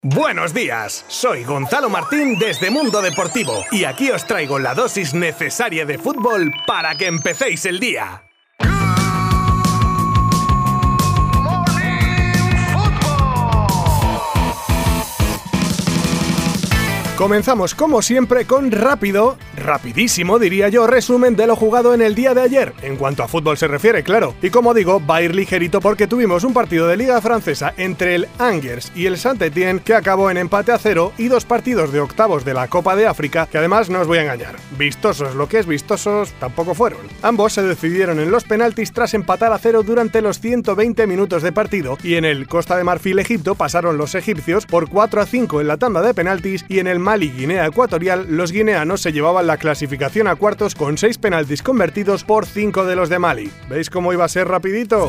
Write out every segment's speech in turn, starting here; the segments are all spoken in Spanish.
Buenos días, soy Gonzalo Martín desde Mundo Deportivo y aquí os traigo la dosis necesaria de fútbol para que empecéis el día. Comenzamos como siempre con rapidísimo diría yo, resumen de lo jugado en el día de ayer, en cuanto a fútbol se refiere, claro. Y como digo, va a ir ligerito porque tuvimos un partido de Liga Francesa entre el Angers y el Saint-Étienne que acabó en empate a 0 y dos partidos de octavos de la Copa de África que además no os voy a engañar, vistosos lo que es vistosos tampoco fueron. Ambos se decidieron en los penaltis tras empatar a 0 durante los 120 minutos de partido y en el Costa de Marfil-Egipto pasaron los egipcios por 4-5 en la tanda de penaltis y en el Mali-Guinea Ecuatorial los guineanos se llevaban la clasificación a cuartos con 6 penaltis convertidos por 5 de los de Mali. ¿Veis cómo iba a ser rapidito?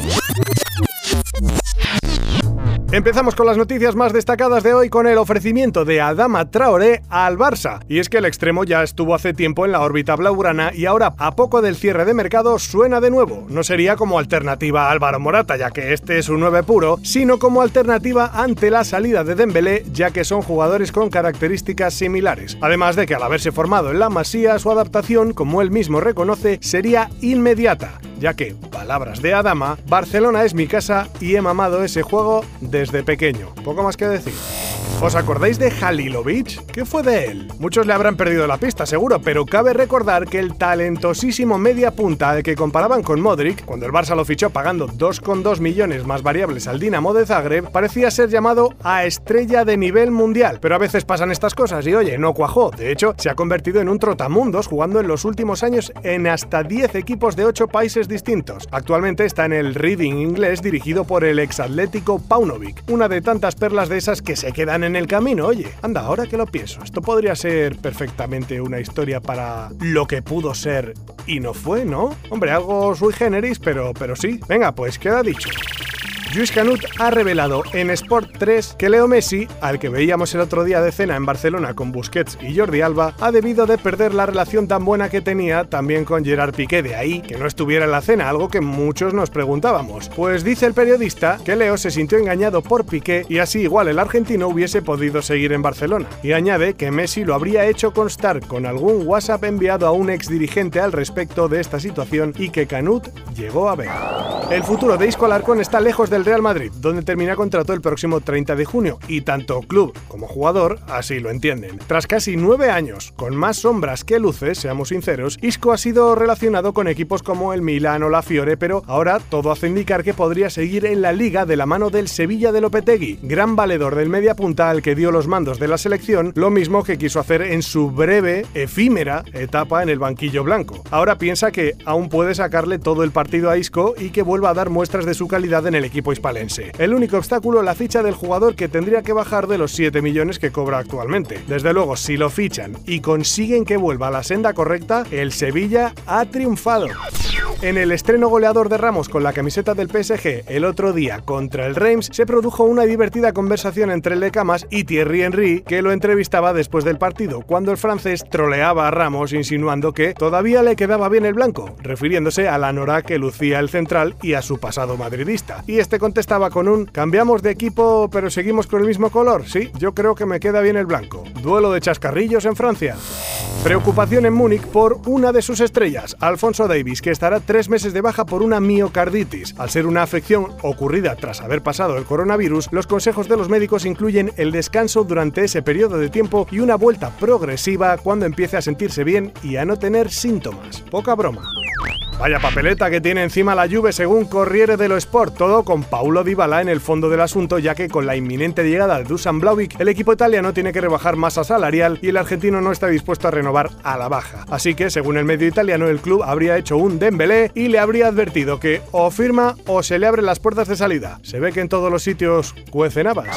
Empezamos con las noticias más destacadas de hoy con el ofrecimiento de Adama Traoré al Barça. Y es que el extremo ya estuvo hace tiempo en la órbita blaugrana y ahora, a poco del cierre de mercado, suena de nuevo. No sería como alternativa a Álvaro Morata, ya que este es un 9 puro, sino como alternativa ante la salida de Dembélé, ya que son jugadores con características similares. Además de que al haberse formado en la Masía, su adaptación, como él mismo reconoce, sería inmediata. Ya que, palabras de Adama, Barcelona es mi casa y he mamado ese juego desde pequeño. Poco más que decir. ¿Os acordáis de Halilovic? ¿Qué fue de él? Muchos le habrán perdido la pista, seguro, pero cabe recordar que el talentosísimo media punta al que comparaban con Modric, cuando el Barça lo fichó pagando 2,2 millones más variables al Dinamo de Zagreb, parecía ser llamado a estrella de nivel mundial. Pero a veces pasan estas cosas y oye, no cuajó. De hecho, se ha convertido en un trotamundos jugando en los últimos años en hasta 10 equipos de 8 países distintos. Actualmente está en el Reading inglés dirigido por el exatlético Paunovic, una de tantas perlas de esas que se quedan en el camino. Oye, anda, ahora que lo pienso, esto podría ser perfectamente una historia para lo que pudo ser y no fue, ¿no? Hombre, algo sui generis, pero sí. Venga, pues queda dicho. Lluís Canut ha revelado en Sport 3 que Leo Messi, al que veíamos el otro día de cena en Barcelona con Busquets y Jordi Alba, ha debido de perder la relación tan buena que tenía también con Gerard Piqué, de ahí que no estuviera en la cena, algo que muchos nos preguntábamos. Pues dice el periodista que Leo se sintió engañado por Piqué y así igual el argentino hubiese podido seguir en Barcelona. Y añade que Messi lo habría hecho constar con algún WhatsApp enviado a un exdirigente al respecto de esta situación y que Canut llegó a ver. El futuro de Isco Alarcón está lejos del Real Madrid, donde termina contrato el próximo 30 de junio, y tanto club como jugador así lo entienden. Tras casi 9 años, con más sombras que luces, seamos sinceros, Isco ha sido relacionado con equipos como el Milan o la Fiore, pero ahora todo hace indicar que podría seguir en la Liga de la mano del Sevilla de Lopetegui, gran valedor del mediapunta al que dio los mandos de la selección, lo mismo que quiso hacer en su breve, efímera etapa en el banquillo blanco. Ahora piensa que aún puede sacarle todo el partido a Isco y que vuelva a dar muestras de su calidad en el equipo hispalense. El único obstáculo, la ficha del jugador, que tendría que bajar de los 7 millones que cobra actualmente. Desde luego, si lo fichan y consiguen que vuelva a la senda correcta, el Sevilla ha triunfado. En el estreno goleador de Ramos con la camiseta del PSG el otro día contra el Reims se produjo una divertida conversación entre Le Camas y Thierry Henry, que lo entrevistaba después del partido, cuando el francés troleaba a Ramos insinuando que todavía le quedaba bien el blanco, refiriéndose a la nora que lucía el central y a su pasado madridista. Y este contestaba con un «¿Cambiamos de equipo pero seguimos con el mismo color? Sí, yo creo que me queda bien el blanco». Duelo de chascarrillos en Francia. Preocupación en Múnich por una de sus estrellas, Alphonso Davies, que estará 3 meses de baja por una miocarditis. Al ser una afección ocurrida tras haber pasado el coronavirus, los consejos de los médicos incluyen el descanso durante ese periodo de tiempo y una vuelta progresiva cuando empiece a sentirse bien y a no tener síntomas. Poca broma. Vaya papeleta que tiene encima la Juve según Corriere dello Sport, todo con Paulo Dybala en el fondo del asunto, ya que con la inminente llegada de Dusan Vlahovic, el equipo italiano tiene que rebajar masa salarial y el argentino no está dispuesto a renovar a la baja. Así que, según el medio italiano, el club habría hecho un Dembélé y le habría advertido que o firma o se le abren las puertas de salida. Se ve que en todos los sitios cuecen habas.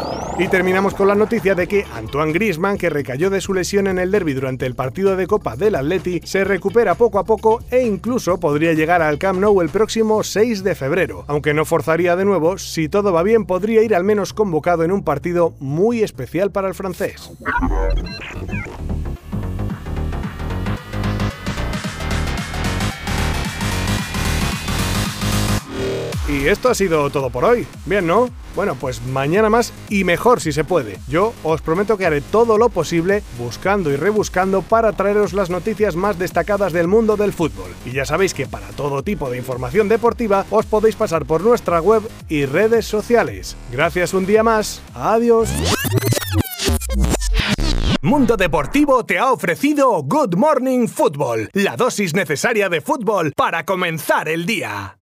Y terminamos con la noticia de que Antoine Griezmann, que recayó de su lesión en el derbi durante el partido de Copa del Atleti, se recupera poco a poco e incluso podría llegar al Camp Nou el próximo 6 de febrero. Aunque no forzaría de nuevo, si todo va bien podría ir al menos convocado en un partido muy especial para el francés. Y esto ha sido todo por hoy. Bien, ¿no? Bueno, pues mañana más y mejor si se puede. Yo os prometo que haré todo lo posible buscando y rebuscando para traeros las noticias más destacadas del mundo del fútbol. Y ya sabéis que para todo tipo de información deportiva os podéis pasar por nuestra web y redes sociales. Gracias un día más. Adiós. Mundo Deportivo te ha ofrecido Good Morning Football, la dosis necesaria de fútbol para comenzar el día.